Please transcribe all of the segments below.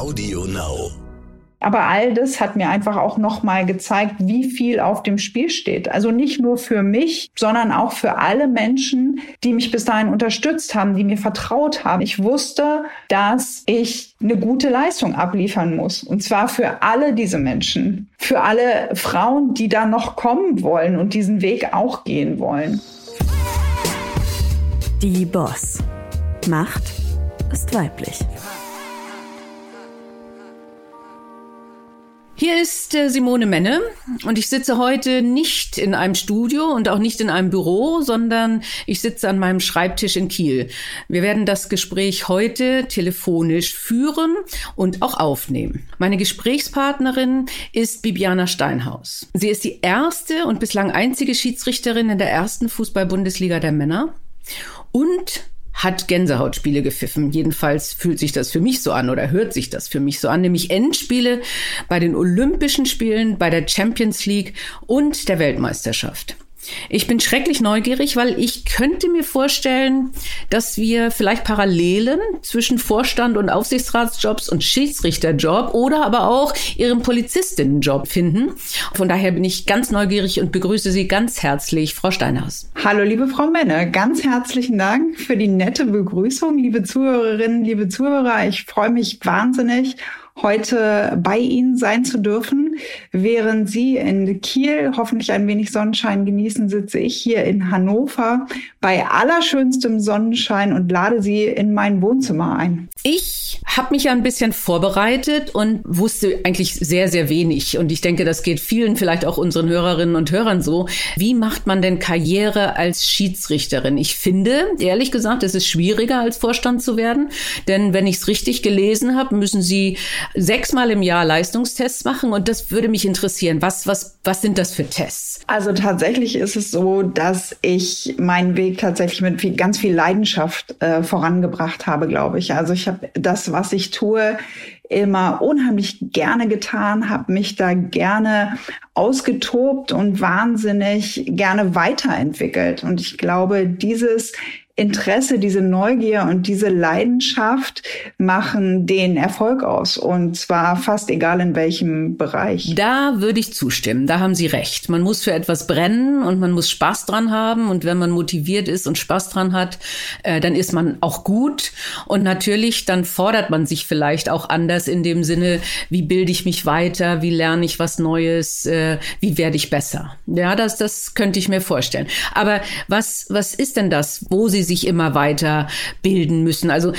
Audio Now. Aber all das hat mir einfach auch nochmal gezeigt, wie viel auf dem Spiel steht. Also nicht nur für mich, sondern auch für alle Menschen, die mich bis dahin unterstützt haben, die mir vertraut haben. Ich wusste, dass ich eine gute Leistung abliefern muss. Und zwar für alle diese Menschen. Für alle Frauen, die da noch kommen wollen und diesen Weg auch gehen wollen. Die Boss. Macht ist weiblich. Hier ist Simone Menne und ich sitze heute nicht in einem Studio und auch nicht in einem Büro, sondern ich sitze an meinem Schreibtisch in Kiel. Wir werden das Gespräch heute telefonisch führen und auch aufnehmen. Meine Gesprächspartnerin ist Bibiana Steinhaus. Sie ist die erste und bislang einzige Schiedsrichterin in der ersten Fußball-Bundesliga der Männer und hat Gänsehautspiele gepfiffen. Jedenfalls fühlt sich das für mich so an oder hört sich das für mich so an, nämlich Endspiele bei den Olympischen Spielen, bei der Champions League und der Weltmeisterschaft. Ich bin schrecklich neugierig, weil ich könnte mir vorstellen, dass wir vielleicht Parallelen zwischen Vorstand und Aufsichtsratsjobs und Schiedsrichterjob oder aber auch ihrem Polizistinnenjob finden. Von daher bin ich ganz neugierig und begrüße Sie ganz herzlich, Frau Steinhaus. Hallo, liebe Frau Menne. Ganz herzlichen Dank für die nette Begrüßung, liebe Zuhörerinnen, liebe Zuhörer. Ich freue mich wahnsinnig, heute bei Ihnen sein zu dürfen. Während Sie in Kiel hoffentlich ein wenig Sonnenschein genießen, sitze ich hier in Hannover bei allerschönstem Sonnenschein und lade Sie in mein Wohnzimmer ein. Ich habe mich ja ein bisschen vorbereitet und wusste eigentlich sehr, sehr wenig. Und ich denke, das geht vielen, vielleicht auch unseren Hörerinnen und Hörern so. Wie macht man denn Karriere als Schiedsrichterin? Ich finde, ehrlich gesagt, es ist schwieriger, als Vorstand zu werden. Denn wenn ich es richtig gelesen habe, müssen Sie 6-mal im Jahr Leistungstests machen. Und das würde mich interessieren. Was sind das für Tests? Also tatsächlich ist es so, dass ich meinen Weg tatsächlich mit ganz viel Leidenschaft vorangebracht habe, glaube ich. Also ich habe das, was ich tue, immer unheimlich gerne getan, habe mich da gerne ausgetobt und wahnsinnig gerne weiterentwickelt. Und ich glaube, dieses Interesse, diese Neugier und diese Leidenschaft machen den Erfolg aus. Und zwar fast egal in welchem Bereich. Da würde ich zustimmen. Da haben Sie recht. Man muss für etwas brennen und man muss Spaß dran haben. Und wenn man motiviert ist und Spaß dran hat, dann ist man auch gut. Und natürlich, dann fordert man sich vielleicht auch anders in dem Sinne, wie bilde ich mich weiter? Wie lerne ich was Neues? Wie werde ich besser? Ja, das könnte ich mir vorstellen. Aber was ist denn das, wo Sie sich immer weiter bilden müssen? Also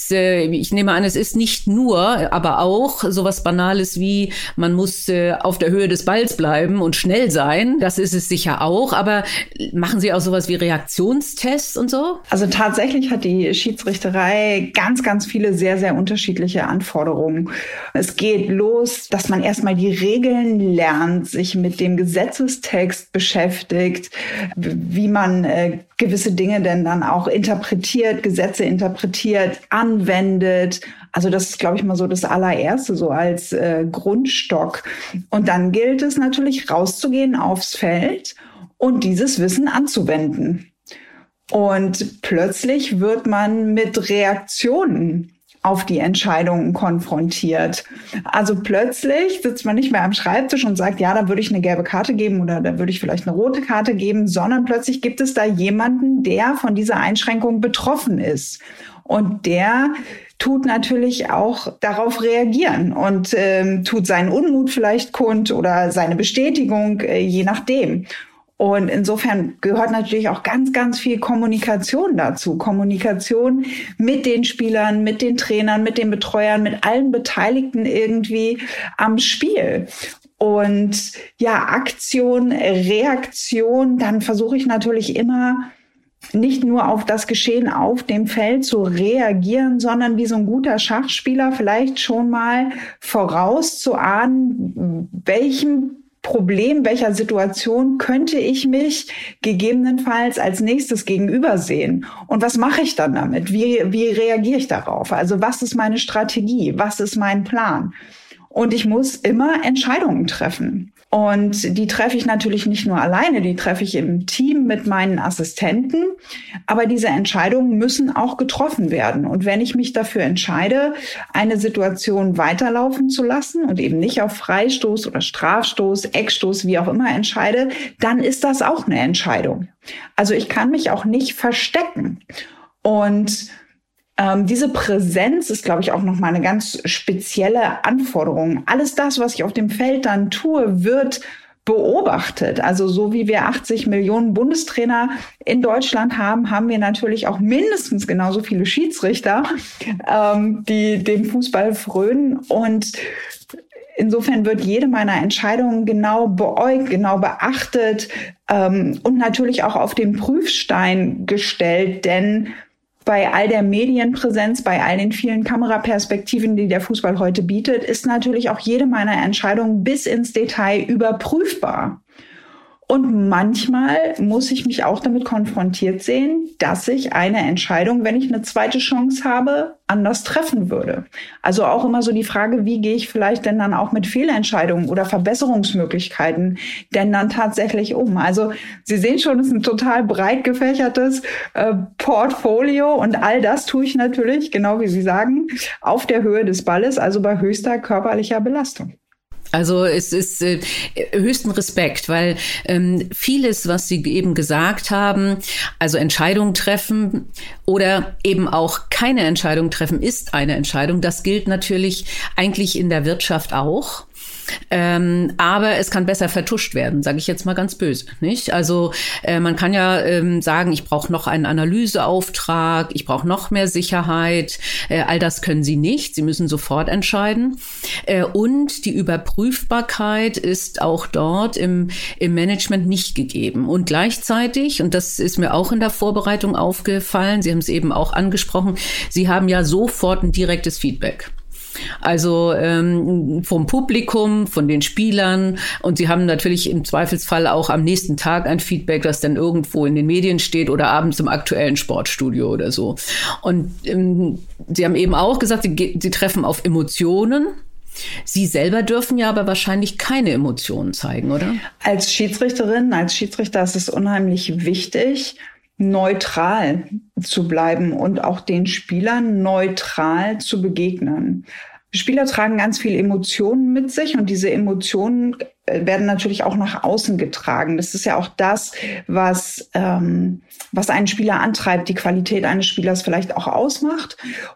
ich nehme an, es ist nicht nur, aber auch sowas Banales wie, man muss auf der Höhe des Balls bleiben und schnell sein. Das ist es sicher auch. Aber machen Sie auch sowas wie Reaktionstests und so? Also tatsächlich hat die Schiedsrichterei ganz, ganz viele sehr, sehr unterschiedliche Anforderungen. Es geht los, dass man erstmal die Regeln lernt, sich mit dem Gesetzestext beschäftigt, wie man gewisse Dinge denn dann auch interpretiert, Gesetze interpretiert, anwendet. Also das ist, glaube ich, mal so das allererste, so als Grundstock. Und dann gilt es natürlich, rauszugehen aufs Feld und dieses Wissen anzuwenden. Und plötzlich wird man mit Reaktionen auf die Entscheidungen konfrontiert. Also plötzlich sitzt man nicht mehr am Schreibtisch und sagt, ja, da würde ich eine gelbe Karte geben oder da würde ich vielleicht eine rote Karte geben, sondern plötzlich gibt es da jemanden, der von dieser Einschränkung betroffen ist. Und der tut natürlich auch darauf reagieren und tut seinen Unmut vielleicht kund oder seine Bestätigung, je nachdem. Und insofern gehört natürlich auch ganz, ganz viel Kommunikation dazu. Kommunikation mit den Spielern, mit den Trainern, mit den Betreuern, mit allen Beteiligten irgendwie am Spiel. Und ja, Aktion, Reaktion, dann versuche ich natürlich immer nicht nur auf das Geschehen auf dem Feld zu reagieren, sondern wie so ein guter Schachspieler vielleicht schon mal vorauszuahnen, welcher Situation könnte ich mich gegebenenfalls als nächstes gegenüber sehen? Und was mache ich dann damit? Wie reagiere ich darauf? Also was ist meine Strategie? Was ist mein Plan? Und ich muss immer Entscheidungen treffen. Und die treffe ich natürlich nicht nur alleine, die treffe ich im Team mit meinen Assistenten. Aber diese Entscheidungen müssen auch getroffen werden. Und wenn ich mich dafür entscheide, eine Situation weiterlaufen zu lassen und eben nicht auf Freistoß oder Strafstoß, Eckstoß, wie auch immer entscheide, dann ist das auch eine Entscheidung. Also ich kann mich auch nicht verstecken. Und diese Präsenz ist, glaube ich, auch nochmal eine ganz spezielle Anforderung. Alles das, was ich auf dem Feld dann tue, wird beobachtet. Also so wie wir 80 Millionen Bundestrainer in Deutschland haben, haben wir natürlich auch mindestens genauso viele Schiedsrichter, die dem Fußball frönen. Und insofern wird jede meiner Entscheidungen genau beäugt, genau beachtet und natürlich auch auf den Prüfstein gestellt, denn bei all der Medienpräsenz, bei all den vielen Kameraperspektiven, die der Fußball heute bietet, ist natürlich auch jede meiner Entscheidungen bis ins Detail überprüfbar. Und manchmal muss ich mich auch damit konfrontiert sehen, dass ich eine Entscheidung, wenn ich eine zweite Chance habe, anders treffen würde. Also auch immer so die Frage, wie gehe ich vielleicht denn dann auch mit Fehlentscheidungen oder Verbesserungsmöglichkeiten denn dann tatsächlich um? Also Sie sehen schon, es ist ein total breit gefächertes Portfolio und all das tue ich natürlich, genau wie Sie sagen, auf der Höhe des Balles, also bei höchster körperlicher Belastung. Also es ist höchsten Respekt, weil vieles, was Sie eben gesagt haben, also Entscheidungen treffen oder eben auch keine Entscheidung treffen, ist eine Entscheidung. Das gilt natürlich eigentlich in der Wirtschaft auch. Aber es kann besser vertuscht werden, sage ich jetzt mal ganz böse, nicht? Also man kann ja sagen, ich brauche noch einen Analyseauftrag, ich brauche noch mehr Sicherheit. All das können Sie nicht. Sie müssen sofort entscheiden. Und die Überprüfbarkeit ist auch dort im Management nicht gegeben. Und gleichzeitig, und das ist mir auch in der Vorbereitung aufgefallen, Sie haben es eben auch angesprochen, Sie haben ja sofort ein direktes Feedback. Also vom Publikum, von den Spielern, und sie haben natürlich im Zweifelsfall auch am nächsten Tag ein Feedback, das dann irgendwo in den Medien steht oder abends im aktuellen Sportstudio oder so. Und Sie haben eben auch gesagt, sie treffen auf Emotionen. Sie selber dürfen ja aber wahrscheinlich keine Emotionen zeigen, oder? Als Schiedsrichterin, als Schiedsrichter ist es unheimlich wichtig, neutral zu bleiben und auch den Spielern neutral zu begegnen. Spieler tragen ganz viel Emotionen mit sich und diese Emotionen werden natürlich auch nach außen getragen. Das ist ja auch das, was einen Spieler antreibt, die Qualität eines Spielers vielleicht auch ausmacht.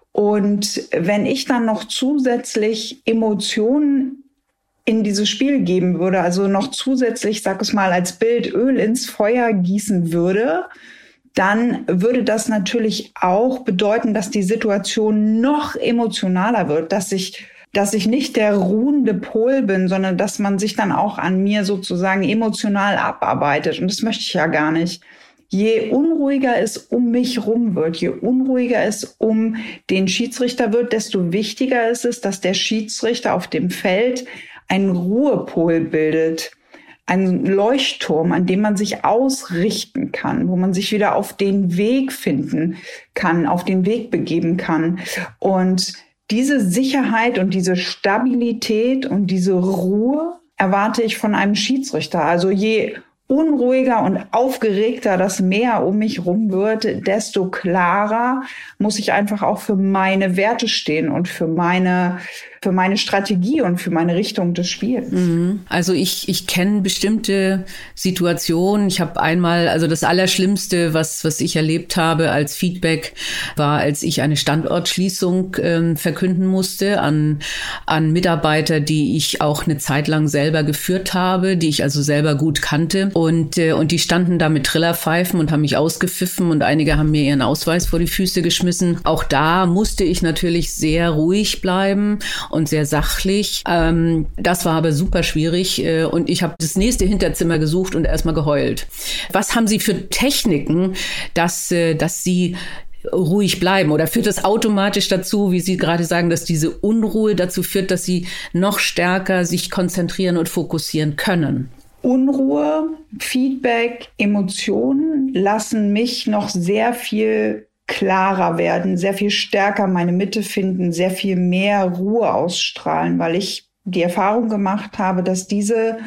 Und wenn ich dann noch zusätzlich Emotionen in dieses Spiel geben würde, also noch zusätzlich, sag es mal, als Bild Öl ins Feuer gießen würde, dann würde das natürlich auch bedeuten, dass die Situation noch emotionaler wird, dass ich nicht der ruhende Pol bin, sondern dass man sich dann auch an mir sozusagen emotional abarbeitet. Und das möchte ich ja gar nicht. Je unruhiger es um mich rum wird, je unruhiger es um den Schiedsrichter wird, desto wichtiger ist es, dass der Schiedsrichter auf dem Feld einen Ruhepol bildet. Ein Leuchtturm, an dem man sich ausrichten kann, wo man sich wieder auf den Weg finden kann, auf den Weg begeben kann. Und diese Sicherheit und diese Stabilität und diese Ruhe erwarte ich von einem Schiedsrichter. Also je unruhiger und aufgeregter das Meer um mich rum wird, desto klarer muss ich einfach auch für meine Werte stehen und für meine Strategie und für meine Richtung des Spiels. Also ich kenne bestimmte Situationen. Ich habe einmal, also das Allerschlimmste, was ich erlebt habe als Feedback, war, als ich eine Standortschließung verkünden musste an Mitarbeiter, die ich auch eine Zeit lang selber geführt habe, die ich also selber gut kannte. Und die standen da mit Trillerpfeifen und haben mich ausgepfiffen und einige haben mir ihren Ausweis vor die Füße geschmissen. Auch da musste ich natürlich sehr ruhig bleiben und sehr sachlich. Das war aber super schwierig und ich habe das nächste Hinterzimmer gesucht und erstmal geheult. Was haben Sie für Techniken, dass Sie ruhig bleiben? Oder führt das automatisch dazu, wie Sie gerade sagen, dass diese Unruhe dazu führt, dass Sie noch stärker sich konzentrieren und fokussieren können? Unruhe, Feedback, Emotionen lassen mich noch sehr viel klarer werden, sehr viel stärker meine Mitte finden, sehr viel mehr Ruhe ausstrahlen, weil ich die Erfahrung gemacht habe, dass diese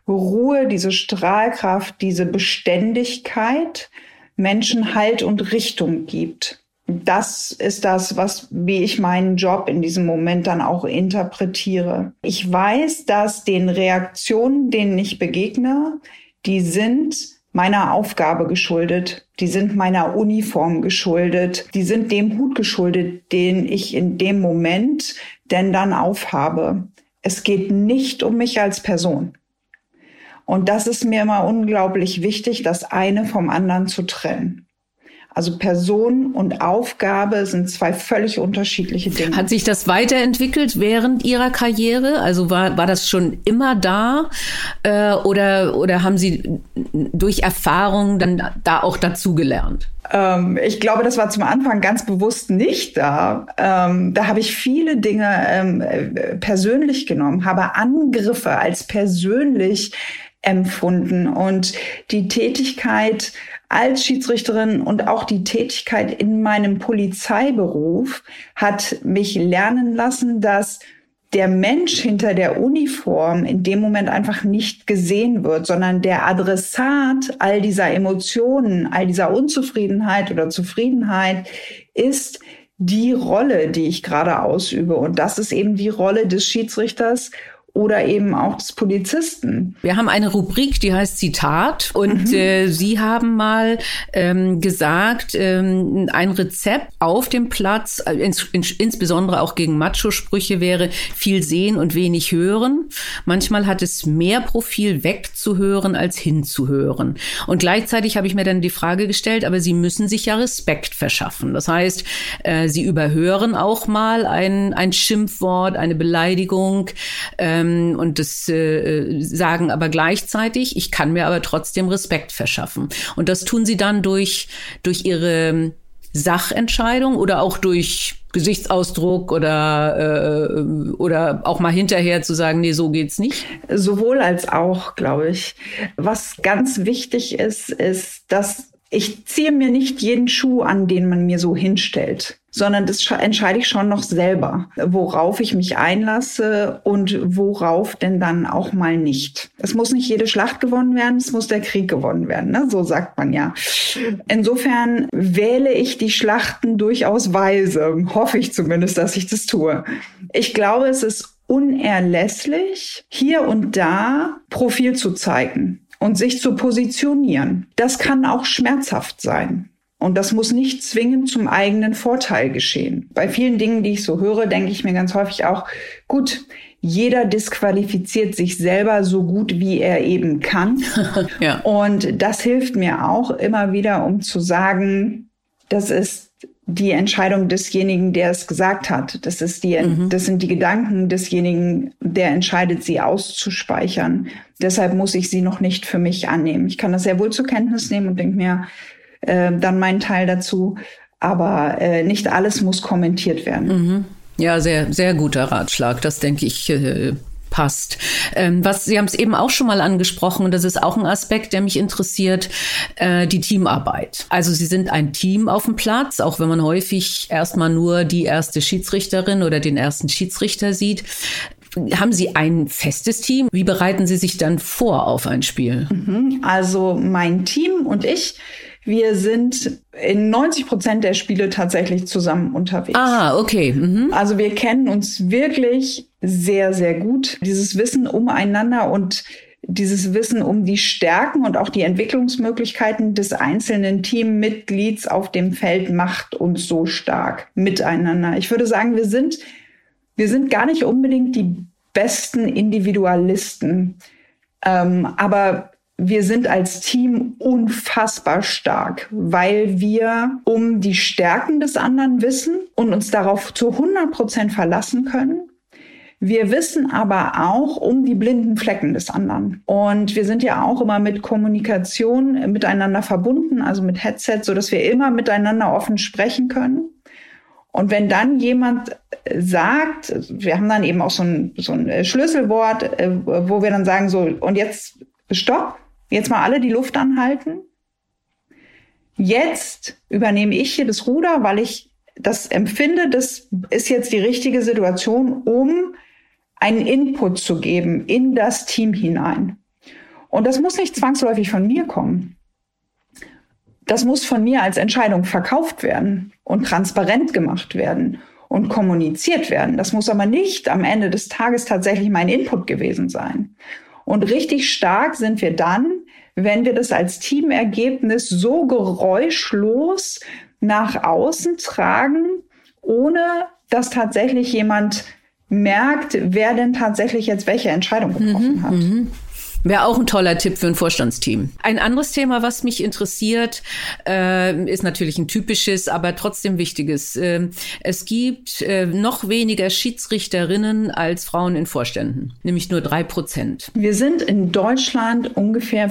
Ruhe, diese Strahlkraft, diese Beständigkeit Menschen Halt und Richtung gibt. Das ist das, wie ich meinen Job in diesem Moment dann auch interpretiere. Ich weiß, dass den Reaktionen, denen ich begegne, die sind meiner Aufgabe geschuldet, die sind meiner Uniform geschuldet, die sind dem Hut geschuldet, den ich in dem Moment denn dann aufhabe. Es geht nicht um mich als Person. Und das ist mir immer unglaublich wichtig, das eine vom anderen zu trennen. Also Person und Aufgabe sind zwei völlig unterschiedliche Dinge. Hat sich das weiterentwickelt während Ihrer Karriere? Also war das schon immer da? Oder haben Sie durch Erfahrung dann da auch dazugelernt? Ich glaube, das war zum Anfang ganz bewusst nicht da. Da habe ich viele Dinge persönlich genommen, habe Angriffe als persönlich empfunden. Und die Tätigkeit als Schiedsrichterin und auch die Tätigkeit in meinem Polizeiberuf hat mich lernen lassen, dass der Mensch hinter der Uniform in dem Moment einfach nicht gesehen wird, sondern der Adressat all dieser Emotionen, all dieser Unzufriedenheit oder Zufriedenheit ist die Rolle, die ich gerade ausübe. Und das ist eben die Rolle des Schiedsrichters oder eben auch des Polizisten. Wir haben eine Rubrik, die heißt Zitat. Und Sie haben mal gesagt, ein Rezept auf dem Platz, insbesondere auch gegen Macho-Sprüche, wäre viel sehen und wenig hören. Manchmal hat es mehr Profil wegzuhören als hinzuhören. Und gleichzeitig habe ich mir dann die Frage gestellt, aber Sie müssen sich ja Respekt verschaffen. Das heißt, Sie überhören auch mal ein Schimpfwort, eine Beleidigung, und das sagen aber gleichzeitig, ich kann mir aber trotzdem Respekt verschaffen. Und das tun Sie dann durch Ihre Sachentscheidung oder auch durch Gesichtsausdruck oder auch mal hinterher zu sagen, nee, so geht's nicht? Sowohl als auch, glaube ich. Was ganz wichtig ist, dass ich ziehe mir nicht jeden Schuh an, den man mir so hinstellt, sondern das entscheide ich schon noch selber, worauf ich mich einlasse und worauf denn dann auch mal nicht. Es muss nicht jede Schlacht gewonnen werden, es muss der Krieg gewonnen werden, ne? So sagt man ja. Insofern wähle ich die Schlachten durchaus weise, hoffe ich zumindest, dass ich das tue. Ich glaube, es ist unerlässlich, hier und da Profil zu zeigen und sich zu positionieren. Das kann auch schmerzhaft sein. Und das muss nicht zwingend zum eigenen Vorteil geschehen. Bei vielen Dingen, die ich so höre, denke ich mir ganz häufig auch, gut, jeder disqualifiziert sich selber so gut, wie er eben kann. Ja. Und das hilft mir auch immer wieder, um zu sagen, das ist die Entscheidung desjenigen, der es gesagt hat. Das sind die Gedanken desjenigen, der entscheidet, sie auszuspeichern. Deshalb muss ich sie noch nicht für mich annehmen. Ich kann das sehr wohl zur Kenntnis nehmen und denke mir dann meinen Teil dazu. Aber nicht alles muss kommentiert werden. Mhm. Ja, sehr, sehr guter Ratschlag. Das denke ich passt. Sie haben es eben auch schon mal angesprochen, und das ist auch ein Aspekt, der mich interessiert, die Teamarbeit. Also Sie sind ein Team auf dem Platz, auch wenn man häufig erstmal nur die erste Schiedsrichterin oder den ersten Schiedsrichter sieht. Haben Sie ein festes Team? Wie bereiten Sie sich dann vor auf ein Spiel? Also mein Team und ich, wir sind in 90% der Spiele tatsächlich zusammen unterwegs. Ah, okay. Mhm. Also wir kennen uns wirklich sehr, sehr gut. Dieses Wissen umeinander und dieses Wissen um die Stärken und auch die Entwicklungsmöglichkeiten des einzelnen Teammitglieds auf dem Feld macht uns so stark miteinander. Ich würde sagen, wir sind gar nicht unbedingt die besten Individualisten, aber wir sind als Team unfassbar stark, weil wir um die Stärken des anderen wissen und uns darauf zu 100% verlassen können. Wir wissen aber auch um die blinden Flecken des anderen. Und wir sind ja auch immer mit Kommunikation miteinander verbunden, also mit Headset, sodass wir immer miteinander offen sprechen können. Und wenn dann jemand sagt, wir haben dann eben auch so ein Schlüsselwort, wo wir dann sagen so, und jetzt stopp, jetzt mal alle die Luft anhalten. Jetzt übernehme ich hier das Ruder, weil ich das empfinde, das ist jetzt die richtige Situation, um einen Input zu geben in das Team hinein. Und das muss nicht zwangsläufig von mir kommen. Das muss von mir als Entscheidung verkauft werden und transparent gemacht werden und kommuniziert werden. Das muss aber nicht am Ende des Tages tatsächlich mein Input gewesen sein. Und richtig stark sind wir dann, wenn wir das als Teamergebnis so geräuschlos nach außen tragen, ohne dass tatsächlich jemand merkt, wer denn tatsächlich jetzt welche Entscheidung getroffen hat. Wäre auch ein toller Tipp für ein Vorstandsteam. Ein anderes Thema, was mich interessiert, ist natürlich ein typisches, aber trotzdem wichtiges. Es gibt noch weniger Schiedsrichterinnen als Frauen in Vorständen, nämlich nur 3%. Wir sind in Deutschland ungefähr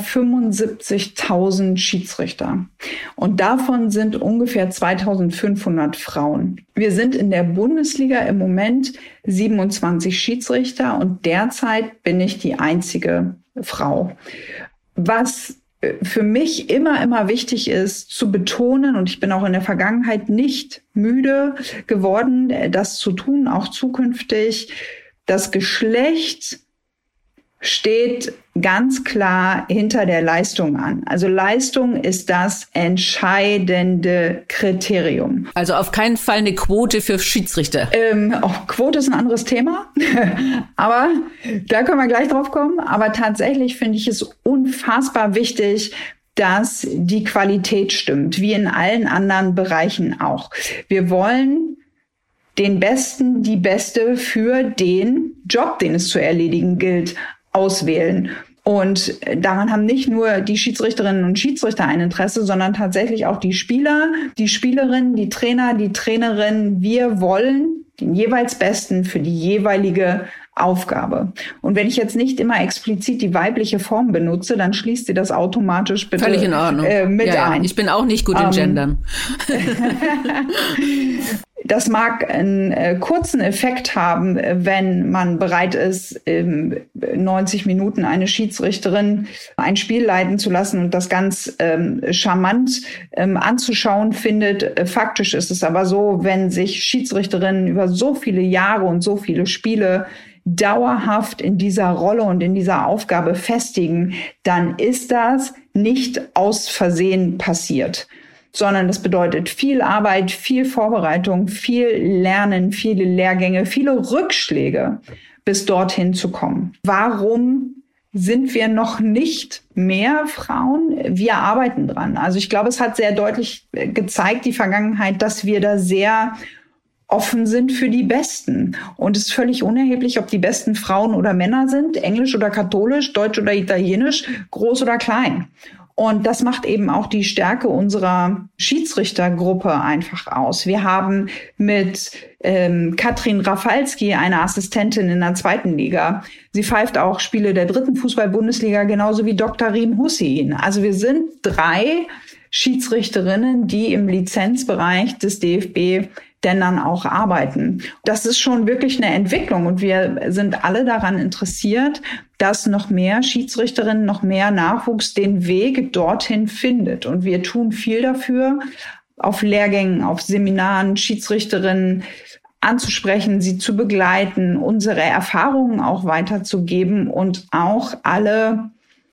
75.000 Schiedsrichter und davon sind ungefähr 2.500 Frauen. Wir sind in der Bundesliga im Moment 27 Schiedsrichter und derzeit bin ich die einzige Frau. Was für mich immer wichtig ist zu betonen, und ich bin auch in der Vergangenheit nicht müde geworden, das zu tun, auch zukünftig, das Geschlecht steht ganz klar hinter der Leistung an. Also Leistung ist das entscheidende Kriterium. Also auf keinen Fall eine Quote für Schiedsrichter. Quote ist ein anderes Thema, aber da können wir gleich drauf kommen. Aber tatsächlich finde ich es unfassbar wichtig, dass die Qualität stimmt, wie in allen anderen Bereichen auch. Wir wollen den Besten, die Beste für den Job, den es zu erledigen gilt, auswählen. Und daran haben nicht nur die Schiedsrichterinnen und Schiedsrichter ein Interesse, sondern tatsächlich auch die Spieler, die Spielerinnen, die Trainer, die Trainerinnen. Wir wollen den jeweils Besten für die jeweilige Aufgabe. Und wenn ich jetzt nicht immer explizit die weibliche Form benutze, dann schließt ihr das automatisch bitte völlig in Ordnung. Mit ein. Ich bin auch nicht gut im Gendern. Das mag einen kurzen Effekt haben, wenn man bereit ist, 90 Minuten eine Schiedsrichterin ein Spiel leiten zu lassen und das ganz charmant anzuschauen findet. Faktisch ist es aber so, wenn sich Schiedsrichterinnen über so viele Jahre und so viele Spiele dauerhaft in dieser Rolle und in dieser Aufgabe festigen, dann ist das nicht aus Versehen passiert, sondern das bedeutet viel Arbeit, viel Vorbereitung, viel Lernen, viele Lehrgänge, viele Rückschläge, bis dorthin zu kommen. Warum sind wir noch nicht mehr Frauen? Wir arbeiten dran. Also ich glaube, es hat sehr deutlich gezeigt, die Vergangenheit, dass wir da sehr offen sind für die Besten. Und es ist völlig unerheblich, ob die besten Frauen oder Männer sind, englisch oder katholisch, deutsch oder italienisch, groß oder klein. Und das macht eben auch die Stärke unserer Schiedsrichtergruppe einfach aus. Wir haben mit Katrin Rafalski eine Assistentin in der 2. Liga. Sie pfeift auch Spiele der 3. Fußball-Bundesliga, genauso wie Dr. Riem Hussein. Also wir sind 3 Schiedsrichterinnen, die im Lizenzbereich des DFB denn dann auch arbeiten. Das ist schon wirklich eine Entwicklung und wir sind alle daran interessiert, dass noch mehr Schiedsrichterinnen, noch mehr Nachwuchs den Weg dorthin findet. Und wir tun viel dafür, auf Lehrgängen, auf Seminaren Schiedsrichterinnen anzusprechen, sie zu begleiten, unsere Erfahrungen auch weiterzugeben und auch alle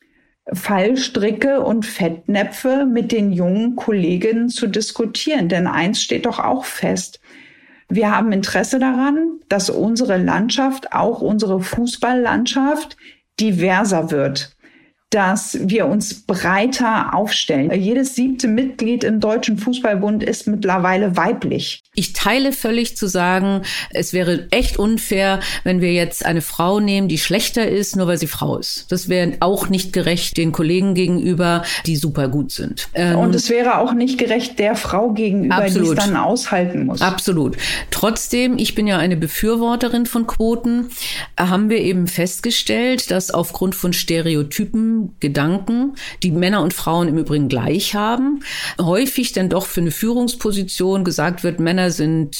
Fallstricke und Fettnäpfe mit den jungen Kolleginnen zu diskutieren. Denn eins steht doch auch fest. Wir haben Interesse daran, dass unsere Landschaft, auch unsere Fußballlandschaft, diverser wird. Dass wir uns breiter aufstellen. Jedes 7. Mitglied im Deutschen Fußballbund ist mittlerweile weiblich. Ich teile völlig zu sagen, es wäre echt unfair, wenn wir jetzt eine Frau nehmen, die schlechter ist, nur weil sie Frau ist. Das wäre auch nicht gerecht den Kollegen gegenüber, die super gut sind. Und es wäre auch nicht gerecht der Frau gegenüber, absolut, die es dann aushalten muss. Absolut. Trotzdem, ich bin ja eine Befürworterin von Quoten, haben wir eben festgestellt, dass aufgrund von Stereotypen, Gedanken, die Männer und Frauen im Übrigen gleich haben, häufig dann doch für eine Führungsposition gesagt wird, Männer sind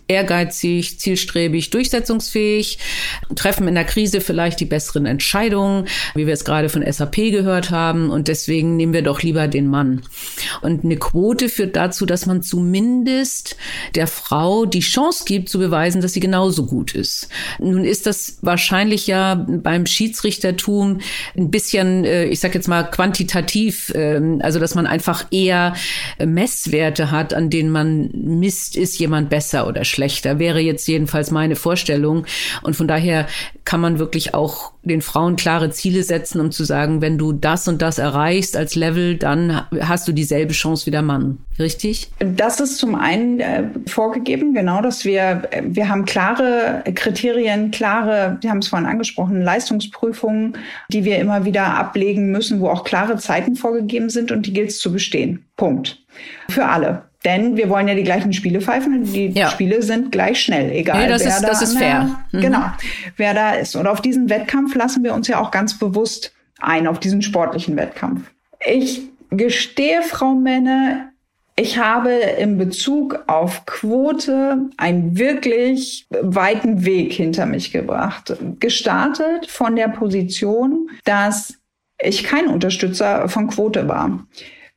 ehrgeizig, zielstrebig, durchsetzungsfähig, treffen in der Krise vielleicht die besseren Entscheidungen, wie wir es gerade von SAP gehört haben. Und deswegen nehmen wir doch lieber den Mann. Und eine Quote führt dazu, dass man zumindest der Frau die Chance gibt, zu beweisen, dass sie genauso gut ist. Nun ist das wahrscheinlich ja beim Schiedsrichtertum ein bisschen, ich sag jetzt mal, quantitativ, also dass man einfach eher Messwerte hat, an denen man misst, ist jemand besser oder schlechter, wäre jetzt jedenfalls meine Vorstellung. Und von daher kann man wirklich auch den Frauen klare Ziele setzen, um zu sagen, wenn du das und das erreichst als Level, dann hast du dieselbe Chance wie der Mann. Richtig? Das ist zum einen vorgegeben, genau, dass wir haben klare Kriterien, wir haben es vorhin angesprochen, Leistungsprüfungen, die wir immer wieder ablegen müssen, wo auch klare Zeiten vorgegeben sind und die gilt es zu bestehen. Punkt. Für alle. Denn wir wollen ja die gleichen Spiele pfeifen. Die Spiele sind gleich schnell, egal das ist fair. Genau, wer da ist. Und auf diesen Wettkampf lassen wir uns ja auch ganz bewusst ein, auf diesen sportlichen Wettkampf. Ich gestehe, Frau Menne, ich habe in Bezug auf Quote einen wirklich weiten Weg hinter mich gebracht. Gestartet von der Position, dass ich kein Unterstützer von Quote war.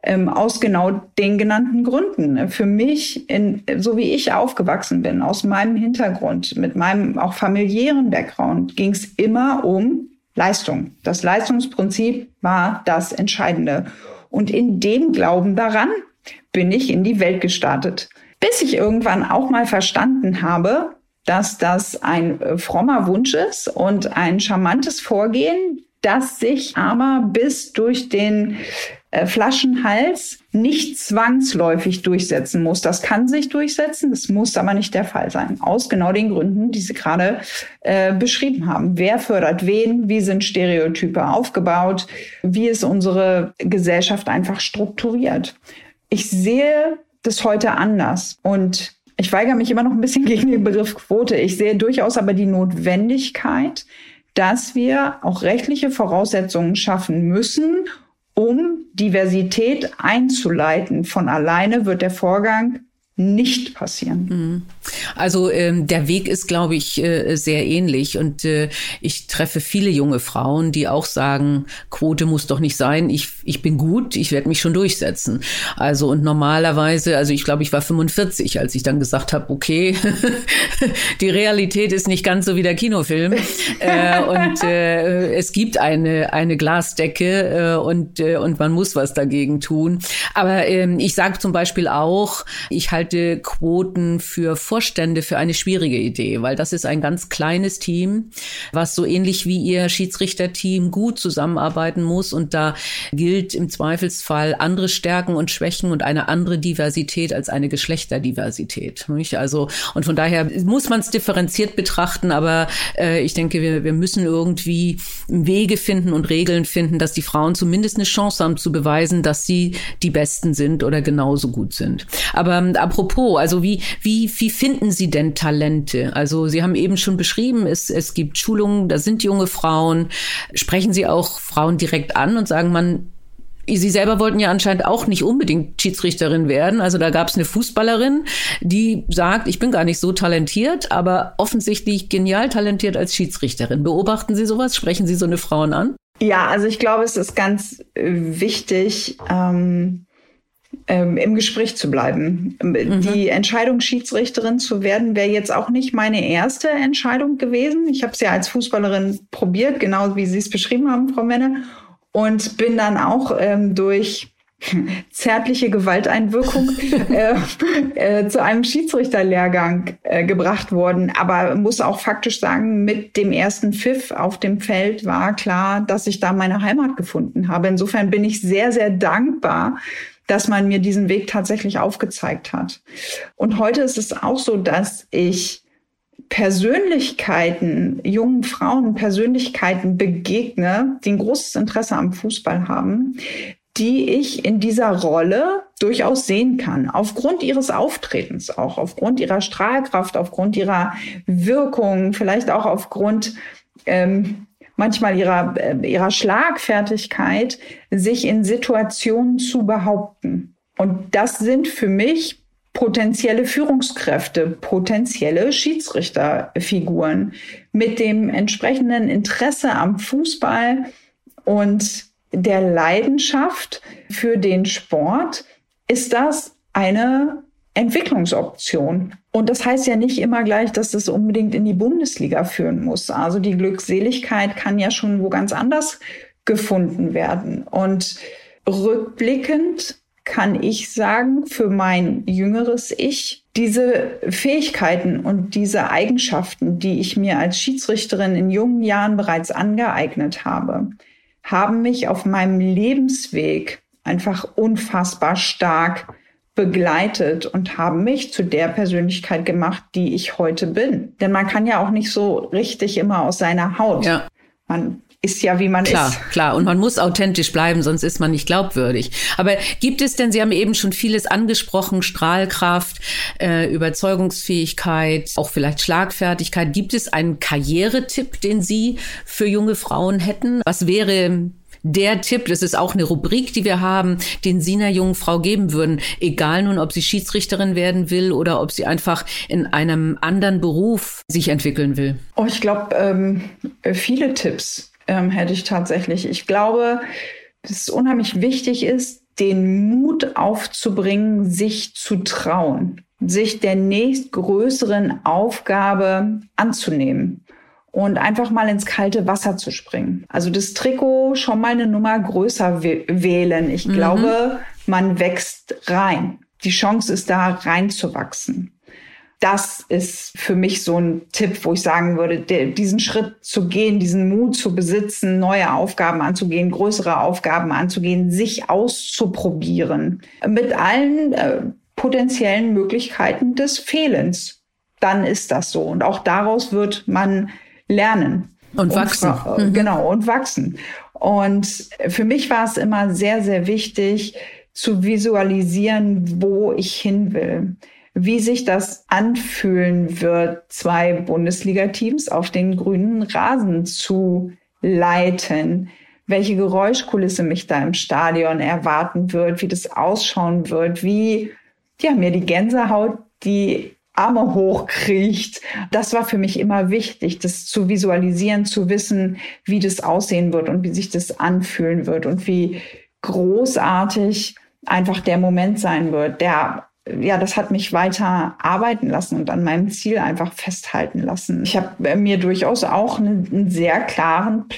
Aus genau den genannten Gründen. Für mich, so wie ich aufgewachsen bin, aus meinem Hintergrund, mit meinem auch familiären Background, ging es immer um Leistung. Das Leistungsprinzip war das Entscheidende. Und in dem Glauben daran bin ich in die Welt gestartet. Bis ich irgendwann auch mal verstanden habe, dass das ein frommer Wunsch ist und ein charmantes Vorgehen, das sich aber bis durch den Flaschenhals nicht zwangsläufig durchsetzen muss. Das kann sich durchsetzen, das muss aber nicht der Fall sein. Aus genau den Gründen, die Sie gerade beschrieben haben. Wer fördert wen? Wie sind Stereotype aufgebaut? Wie ist unsere Gesellschaft einfach strukturiert? Ich sehe das heute anders und ich weigere mich immer noch ein bisschen gegen den Begriff Quote. Ich sehe durchaus aber die Notwendigkeit, dass wir auch rechtliche Voraussetzungen schaffen müssen, um Diversität einzuleiten. Von alleine wird der Vorgang nicht passieren. Also der Weg ist, glaube ich, sehr ähnlich. Und ich treffe viele junge Frauen, die auch sagen, Quote muss doch nicht sein. Ich bin gut, ich werde mich schon durchsetzen. Also und normalerweise, also ich glaube, ich war 45, als ich dann gesagt habe, okay, die Realität ist nicht ganz so wie der Kinofilm. Und es gibt eine Glasdecke und man muss was dagegen tun. Aber ich sage zum Beispiel auch, ich halte Quoten für Vorstände für eine schwierige Idee, weil das ist ein ganz kleines Team, was so ähnlich wie Ihr Schiedsrichterteam gut zusammenarbeiten muss. Und da gilt im Zweifelsfall andere Stärken und Schwächen und eine andere Diversität als eine Geschlechterdiversität. Nicht? Also, und von daher muss man es differenziert betrachten, aber ich denke, wir müssen irgendwie Wege finden und Regeln finden, dass die Frauen zumindest eine Chance haben zu beweisen, dass sie die Besten sind oder genauso gut sind. Aber apropos, also wie finden Sie denn Talente? Also Sie haben eben schon beschrieben, es gibt Schulungen, da sind junge Frauen. Sprechen Sie auch Frauen direkt an und sagen, Sie selber wollten ja anscheinend auch nicht unbedingt Schiedsrichterin werden. Also da gab es eine Fußballerin, die sagt, ich bin gar nicht so talentiert, aber offensichtlich genial talentiert als Schiedsrichterin. Beobachten Sie sowas? Sprechen Sie so eine Frauen an? Ja, also ich glaube, es ist ganz wichtig, im Gespräch zu bleiben. Die Entscheidung, Schiedsrichterin zu werden, wäre jetzt auch nicht meine erste Entscheidung gewesen. Ich habe es ja als Fußballerin probiert, genau wie Sie es beschrieben haben, Frau Menne, und bin dann auch durch zärtliche Gewalteinwirkung zu einem Schiedsrichterlehrgang gebracht worden. Aber muss auch faktisch sagen, mit dem ersten Pfiff auf dem Feld war klar, dass ich da meine Heimat gefunden habe. Insofern bin ich sehr, sehr dankbar, dass man mir diesen Weg tatsächlich aufgezeigt hat. Und heute ist es auch so, dass ich Persönlichkeiten, jungen Frauen, Persönlichkeiten begegne, die ein großes Interesse am Fußball haben, die ich in dieser Rolle durchaus sehen kann. Aufgrund ihres Auftretens auch, aufgrund ihrer Strahlkraft, aufgrund ihrer Wirkung, vielleicht auch aufgrund manchmal ihrer Schlagfertigkeit, sich in Situationen zu behaupten. Und das sind für mich potenzielle Führungskräfte, potenzielle Schiedsrichterfiguren mit dem entsprechenden Interesse am Fußball und der Leidenschaft für den Sport ist das eine Entwicklungsoption. Und das heißt ja nicht immer gleich, dass das unbedingt in die Bundesliga führen muss. Also die Glückseligkeit kann ja schon wo ganz anders gefunden werden. Und rückblickend kann ich sagen, für mein jüngeres Ich, diese Fähigkeiten und diese Eigenschaften, die ich mir als Schiedsrichterin in jungen Jahren bereits angeeignet habe, haben mich auf meinem Lebensweg einfach unfassbar stark begleitet und haben mich zu der Persönlichkeit gemacht, die ich heute bin. Denn man kann ja auch nicht so richtig immer aus seiner Haut. Ja. Man ist ja, wie man ist. Klar. Und man muss authentisch bleiben, sonst ist man nicht glaubwürdig. Aber gibt es denn, Sie haben eben schon vieles angesprochen, Strahlkraft, Überzeugungsfähigkeit, auch vielleicht Schlagfertigkeit. Gibt es einen Karrieretipp, den Sie für junge Frauen hätten? Was wäre der Tipp, das ist auch eine Rubrik, die wir haben, den Sie einer jungen Frau geben würden, egal nun, ob sie Schiedsrichterin werden will oder ob sie einfach in einem anderen Beruf sich entwickeln will? Oh, ich glaube, viele Tipps hätte ich tatsächlich. Ich glaube, dass es unheimlich wichtig ist, den Mut aufzubringen, sich zu trauen, sich der nächstgrößeren Aufgabe anzunehmen. Und einfach mal ins kalte Wasser zu springen. Also das Trikot schon mal eine Nummer größer wählen. Ich glaube, man wächst rein. Die Chance ist da, reinzuwachsen. Das ist für mich so ein Tipp, wo ich sagen würde, diesen Schritt zu gehen, diesen Mut zu besitzen, neue Aufgaben anzugehen, größere Aufgaben anzugehen, sich auszuprobieren. Mit allen potenziellen Möglichkeiten des Fehlens. Dann ist das so. Und auch daraus wird man lernen. Und wachsen. Genau, und wachsen. Und für mich war es immer sehr, sehr wichtig, zu visualisieren, wo ich hin will. Wie sich das anfühlen wird, 2 Bundesliga-Teams auf den grünen Rasen zu leiten. Welche Geräuschkulisse mich da im Stadion erwarten wird, wie das ausschauen wird, wie mir die Gänsehaut die Arme hochkriecht. Das war für mich immer wichtig, das zu visualisieren, zu wissen, wie das aussehen wird und wie sich das anfühlen wird und wie großartig einfach der Moment sein wird. Das hat mich weiter arbeiten lassen und an meinem Ziel einfach festhalten lassen. Ich habe mir durchaus auch einen sehr klaren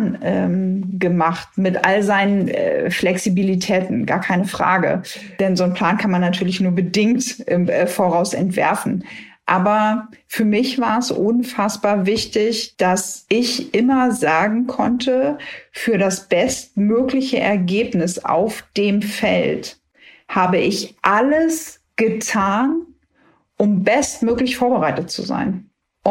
Plan gemacht mit all seinen Flexibilitäten, gar keine Frage. Denn so einen Plan kann man natürlich nur bedingt voraus entwerfen. Aber für mich war es unfassbar wichtig, dass ich immer sagen konnte, für das bestmögliche Ergebnis auf dem Feld habe ich alles getan, um bestmöglich vorbereitet zu sein.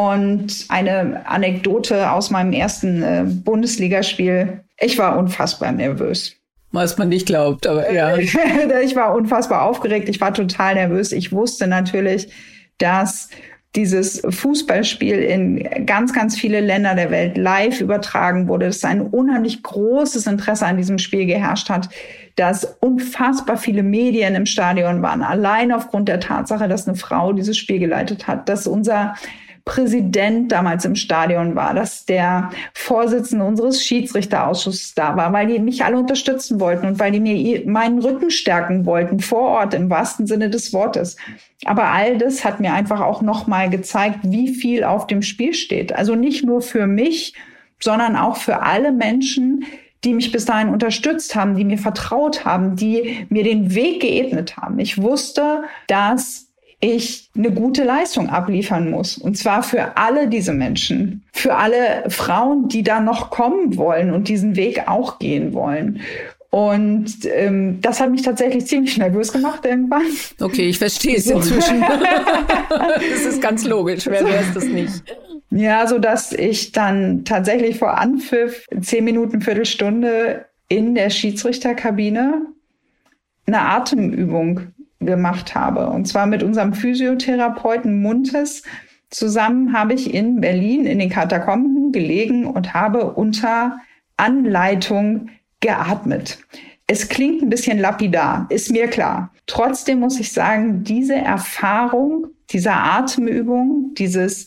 Und eine Anekdote aus meinem ersten Bundesligaspiel: Ich war unfassbar nervös. Was man nicht glaubt, aber ja. Ich war unfassbar aufgeregt, ich war total nervös. Ich wusste natürlich, dass dieses Fußballspiel in ganz, ganz viele Länder der Welt live übertragen wurde, dass ein unheimlich großes Interesse an diesem Spiel geherrscht hat, dass unfassbar viele Medien im Stadion waren, allein aufgrund der Tatsache, dass eine Frau dieses Spiel geleitet hat, dass unser Präsident damals im Stadion war, dass der Vorsitzende unseres Schiedsrichterausschusses da war, weil die mich alle unterstützen wollten und weil die mir meinen Rücken stärken wollten, vor Ort im wahrsten Sinne des Wortes. Aber all das hat mir einfach auch nochmal gezeigt, wie viel auf dem Spiel steht. Also nicht nur für mich, sondern auch für alle Menschen, die mich bis dahin unterstützt haben, die mir vertraut haben, die mir den Weg geebnet haben. Ich wusste, dass ich eine gute Leistung abliefern muss. Und zwar für alle diese Menschen, für alle Frauen, die da noch kommen wollen und diesen Weg auch gehen wollen. Und das hat mich tatsächlich ziemlich nervös gemacht irgendwann. Okay, ich verstehe es inzwischen. Das ist ganz logisch, wer wäre es das nicht? Ja, so dass ich dann tatsächlich vor Anpfiff 10 Minuten, Viertelstunde in der Schiedsrichterkabine eine Atemübung gemacht habe. Und zwar mit unserem Physiotherapeuten Muntes zusammen habe ich in Berlin in den Katakomben gelegen und habe unter Anleitung geatmet. Es klingt ein bisschen lapidar, ist mir klar. Trotzdem muss ich sagen, diese Erfahrung, diese Atemübung, dieses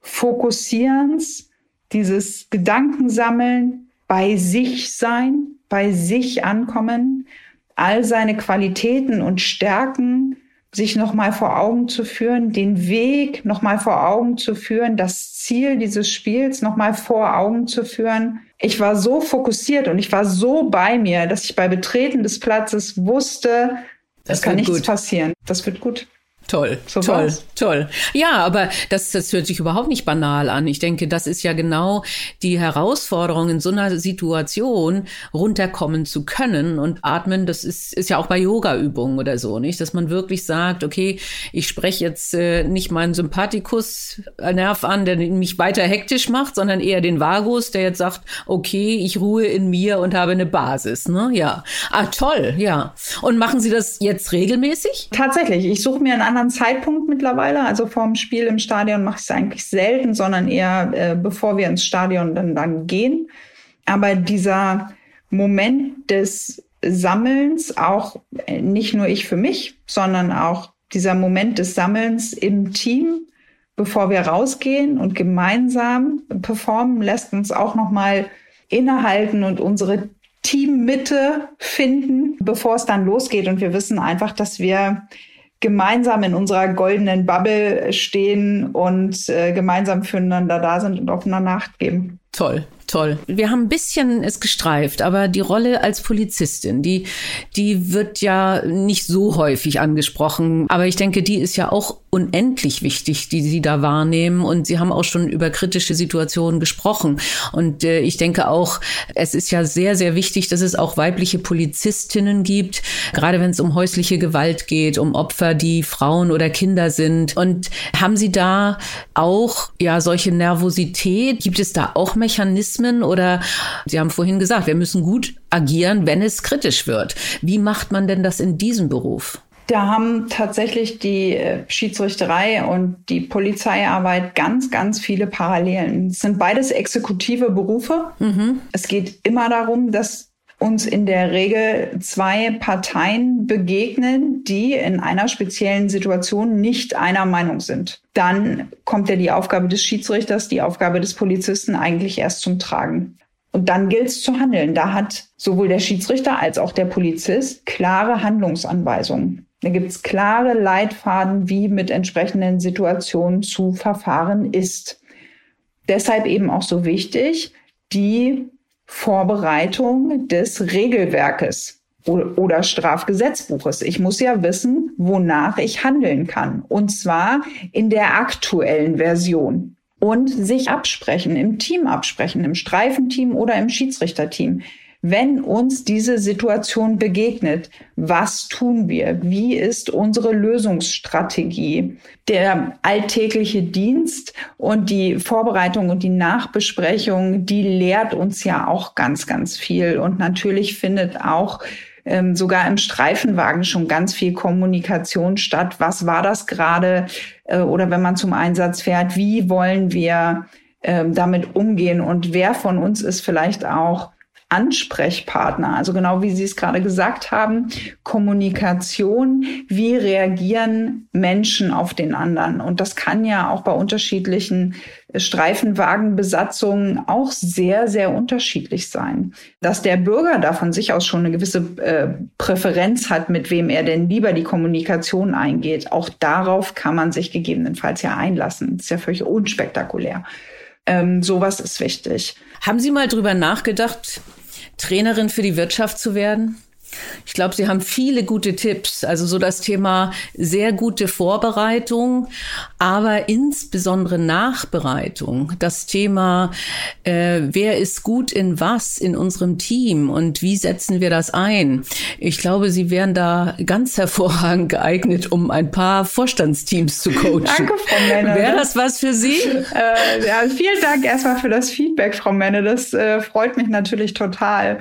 Fokussierens, dieses Gedankensammeln, bei sich sein, bei sich ankommen, all seine Qualitäten und Stärken sich nochmal vor Augen zu führen, den Weg nochmal vor Augen zu führen, das Ziel dieses Spiels nochmal vor Augen zu führen. Ich war so fokussiert und ich war so bei mir, dass ich bei Betreten des Platzes wusste, es kann nichts passieren. Das wird gut. Toll, so toll. Ja, aber das hört sich überhaupt nicht banal an. Ich denke, das ist ja genau die Herausforderung, in so einer Situation runterkommen zu können. Und atmen, das ist ja auch bei Yoga-Übungen oder so, nicht? Dass man wirklich sagt, okay, ich spreche jetzt nicht meinen Sympathikus-Nerv an, der mich weiter hektisch macht, sondern eher den Vagus, der jetzt sagt, okay, ich ruhe in mir und habe eine Basis, ne? Ja. Ah, toll, ja. Und machen Sie das jetzt regelmäßig? Tatsächlich. Ich suche mir einen anderen Zeitpunkt mittlerweile. Also vorm Spiel im Stadion mache ich es eigentlich selten, sondern eher bevor wir ins Stadion dann gehen. Aber dieser Moment des Sammelns, auch nicht nur ich für mich, sondern auch dieser Moment des Sammelns im Team, bevor wir rausgehen und gemeinsam performen, lässt uns auch nochmal innehalten und unsere Teammitte finden, bevor es dann losgeht. Und wir wissen einfach, dass wir gemeinsam in unserer goldenen Bubble stehen und gemeinsam füreinander da sind und aufeinander Acht geben. Toll. Wir haben ein bisschen es gestreift, aber die Rolle als Polizistin, die wird ja nicht so häufig angesprochen. Aber ich denke, die ist ja auch unendlich wichtig, die Sie da wahrnehmen. Und Sie haben auch schon über kritische Situationen gesprochen. Und ich denke auch, es ist ja sehr, sehr wichtig, dass es auch weibliche Polizistinnen gibt, gerade wenn es um häusliche Gewalt geht, um Opfer, die Frauen oder Kinder sind. Und haben Sie da auch ja solche Nervosität? Gibt es da auch Mechanismen? Oder Sie haben vorhin gesagt, wir müssen gut agieren, wenn es kritisch wird. Wie macht man denn das in diesem Beruf? Da haben tatsächlich die Schiedsrichterei und die Polizeiarbeit ganz, ganz viele Parallelen. Es sind beides exekutive Berufe. Mhm. Es geht immer darum, dass uns in der Regel zwei Parteien begegnen, die in einer speziellen Situation nicht einer Meinung sind. Dann kommt ja die Aufgabe des Schiedsrichters, die Aufgabe des Polizisten eigentlich erst zum Tragen. Und dann gilt es zu handeln. Da hat sowohl der Schiedsrichter als auch der Polizist klare Handlungsanweisungen. Da gibt es klare Leitfaden, wie mit entsprechenden Situationen zu verfahren ist. Deshalb eben auch so wichtig, die Vorbereitung des Regelwerkes oder Strafgesetzbuches. Ich muss ja wissen, wonach ich handeln kann. Und zwar in der aktuellen Version. Und sich absprechen, im Team absprechen, im Streifenteam oder im Schiedsrichterteam. Wenn uns diese Situation begegnet, was tun wir? Wie ist unsere Lösungsstrategie? Der alltägliche Dienst und die Vorbereitung und die Nachbesprechung, die lehrt uns ja auch ganz, ganz viel. Und natürlich findet auch sogar im Streifenwagen schon ganz viel Kommunikation statt. Was war das gerade? Oder wenn man zum Einsatz fährt, wie wollen wir damit umgehen? Und wer von uns ist vielleicht auch Ansprechpartner, also genau wie Sie es gerade gesagt haben, Kommunikation, wie reagieren Menschen auf den anderen? Und das kann ja auch bei unterschiedlichen Streifenwagenbesatzungen auch sehr, sehr unterschiedlich sein. Dass der Bürger da von sich aus schon eine gewisse Präferenz hat, mit wem er denn lieber die Kommunikation eingeht, auch darauf kann man sich gegebenenfalls ja einlassen. Das ist ja völlig unspektakulär. Sowas ist wichtig. Haben Sie mal drüber nachgedacht, Trainerin für die Wirtschaft zu werden? Ich glaube, Sie haben viele gute Tipps. Also so das Thema sehr gute Vorbereitung, aber insbesondere Nachbereitung. Das Thema, wer ist gut in was in unserem Team und wie setzen wir das ein? Ich glaube, Sie wären da ganz hervorragend geeignet, um ein paar Vorstandsteams zu coachen. Danke, Frau Menne. Wäre das was für Sie? Ja, vielen Dank erstmal für das Feedback, Frau Menne. Das freut mich natürlich total.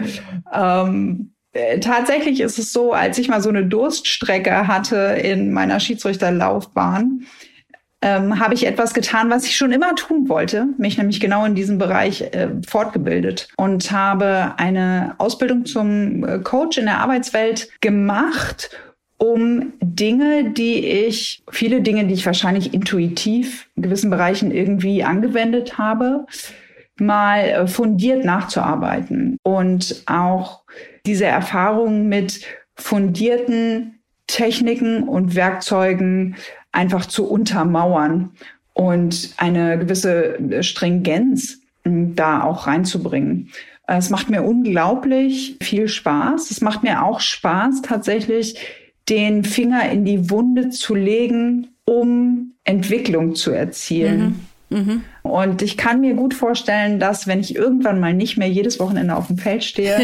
Tatsächlich ist es so, als ich mal so eine Durststrecke hatte in meiner Schiedsrichterlaufbahn, habe ich etwas getan, was ich schon immer tun wollte, mich nämlich genau in diesem Bereich fortgebildet und habe eine Ausbildung zum Coach in der Arbeitswelt gemacht, um viele Dinge, die ich wahrscheinlich intuitiv in gewissen Bereichen irgendwie angewendet habe, mal fundiert nachzuarbeiten und auch diese Erfahrung mit fundierten Techniken und Werkzeugen einfach zu untermauern und eine gewisse Stringenz da auch reinzubringen. Es macht mir unglaublich viel Spaß. Es macht mir auch Spaß, tatsächlich den Finger in die Wunde zu legen, um Entwicklung zu erzielen. Und ich kann mir gut vorstellen, dass, wenn ich irgendwann mal nicht mehr jedes Wochenende auf dem Feld stehe,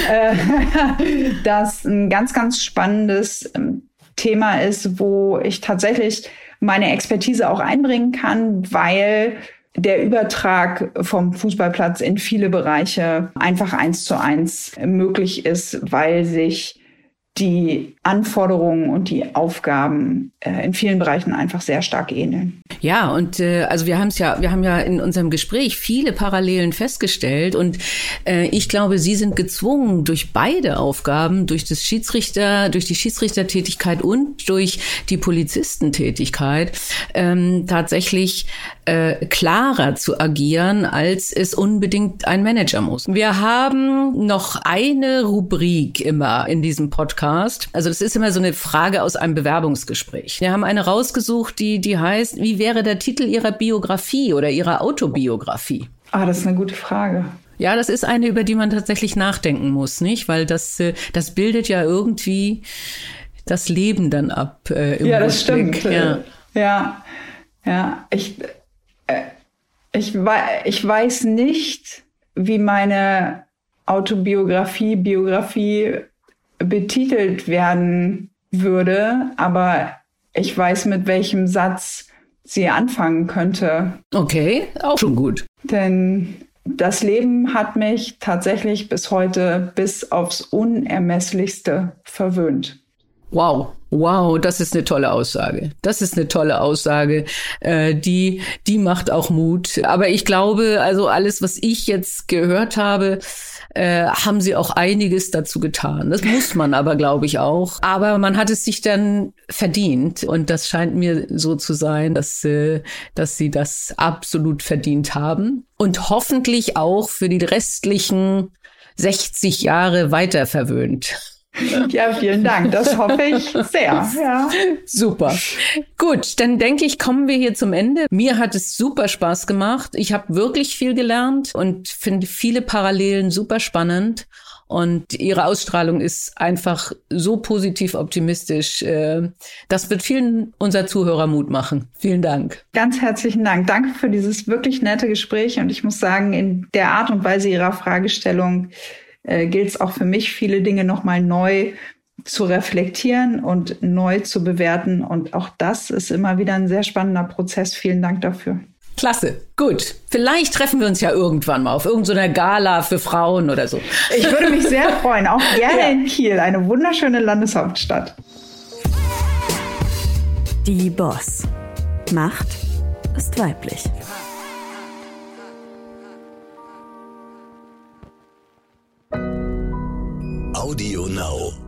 das ein ganz, ganz spannendes Thema ist, wo ich tatsächlich meine Expertise auch einbringen kann, weil der Übertrag vom Fußballplatz in viele Bereiche einfach 1:1 möglich ist, weil sich die Anforderungen und die Aufgaben in vielen Bereichen einfach sehr stark ähneln. Ja, und also wir haben ja in unserem Gespräch viele Parallelen festgestellt und ich glaube, Sie sind gezwungen, durch beide Aufgaben, durch die Schiedsrichtertätigkeit und durch die Polizistentätigkeit tatsächlich klarer zu agieren, als es unbedingt ein Manager muss. Wir haben noch eine Rubrik immer in diesem Podcast. Also das ist immer so eine Frage aus einem Bewerbungsgespräch. Wir haben eine rausgesucht, die heißt, wie wäre der Titel Ihrer Biografie oder Ihrer Autobiografie? Das ist eine gute Frage. Ja, das ist eine, über die man tatsächlich nachdenken muss, nicht? Weil das bildet ja irgendwie das Leben dann ab. Ja, das stimmt. Ja. Ich weiß nicht, wie meine Biografie betitelt werden würde, aber ich weiß, mit welchem Satz sie anfangen könnte. Okay, auch schon gut. Denn das Leben hat mich tatsächlich bis heute bis aufs Unermesslichste verwöhnt. Wow, das ist eine tolle Aussage. Die macht auch Mut. Aber ich glaube, also alles, was ich jetzt gehört habe, haben Sie auch einiges dazu getan. Das muss man aber, glaube ich, auch. Aber man hat es sich dann verdient. Und das scheint mir so zu sein, dass Sie das absolut verdient haben. Und hoffentlich auch für die restlichen 60 Jahre weiter verwöhnt. Ja, vielen Dank. Das hoffe ich sehr. Ja. Super. Gut, dann denke ich, kommen wir hier zum Ende. Mir hat es super Spaß gemacht. Ich habe wirklich viel gelernt und finde viele Parallelen super spannend. Und Ihre Ausstrahlung ist einfach so positiv optimistisch. Das wird vielen unserer Zuhörer Mut machen. Vielen Dank. Ganz herzlichen Dank. Danke für dieses wirklich nette Gespräch. Und ich muss sagen, in der Art und Weise Ihrer Fragestellung gilt es auch für mich, viele Dinge nochmal neu zu reflektieren und neu zu bewerten. Und auch das ist immer wieder ein sehr spannender Prozess. Vielen Dank dafür. Klasse, gut. Vielleicht treffen wir uns ja irgendwann mal auf irgendeiner Gala für Frauen oder so. Ich würde mich sehr freuen, auch gerne in Kiel, eine wunderschöne Landeshauptstadt. Die Boss. Macht ist weiblich. Audio Now.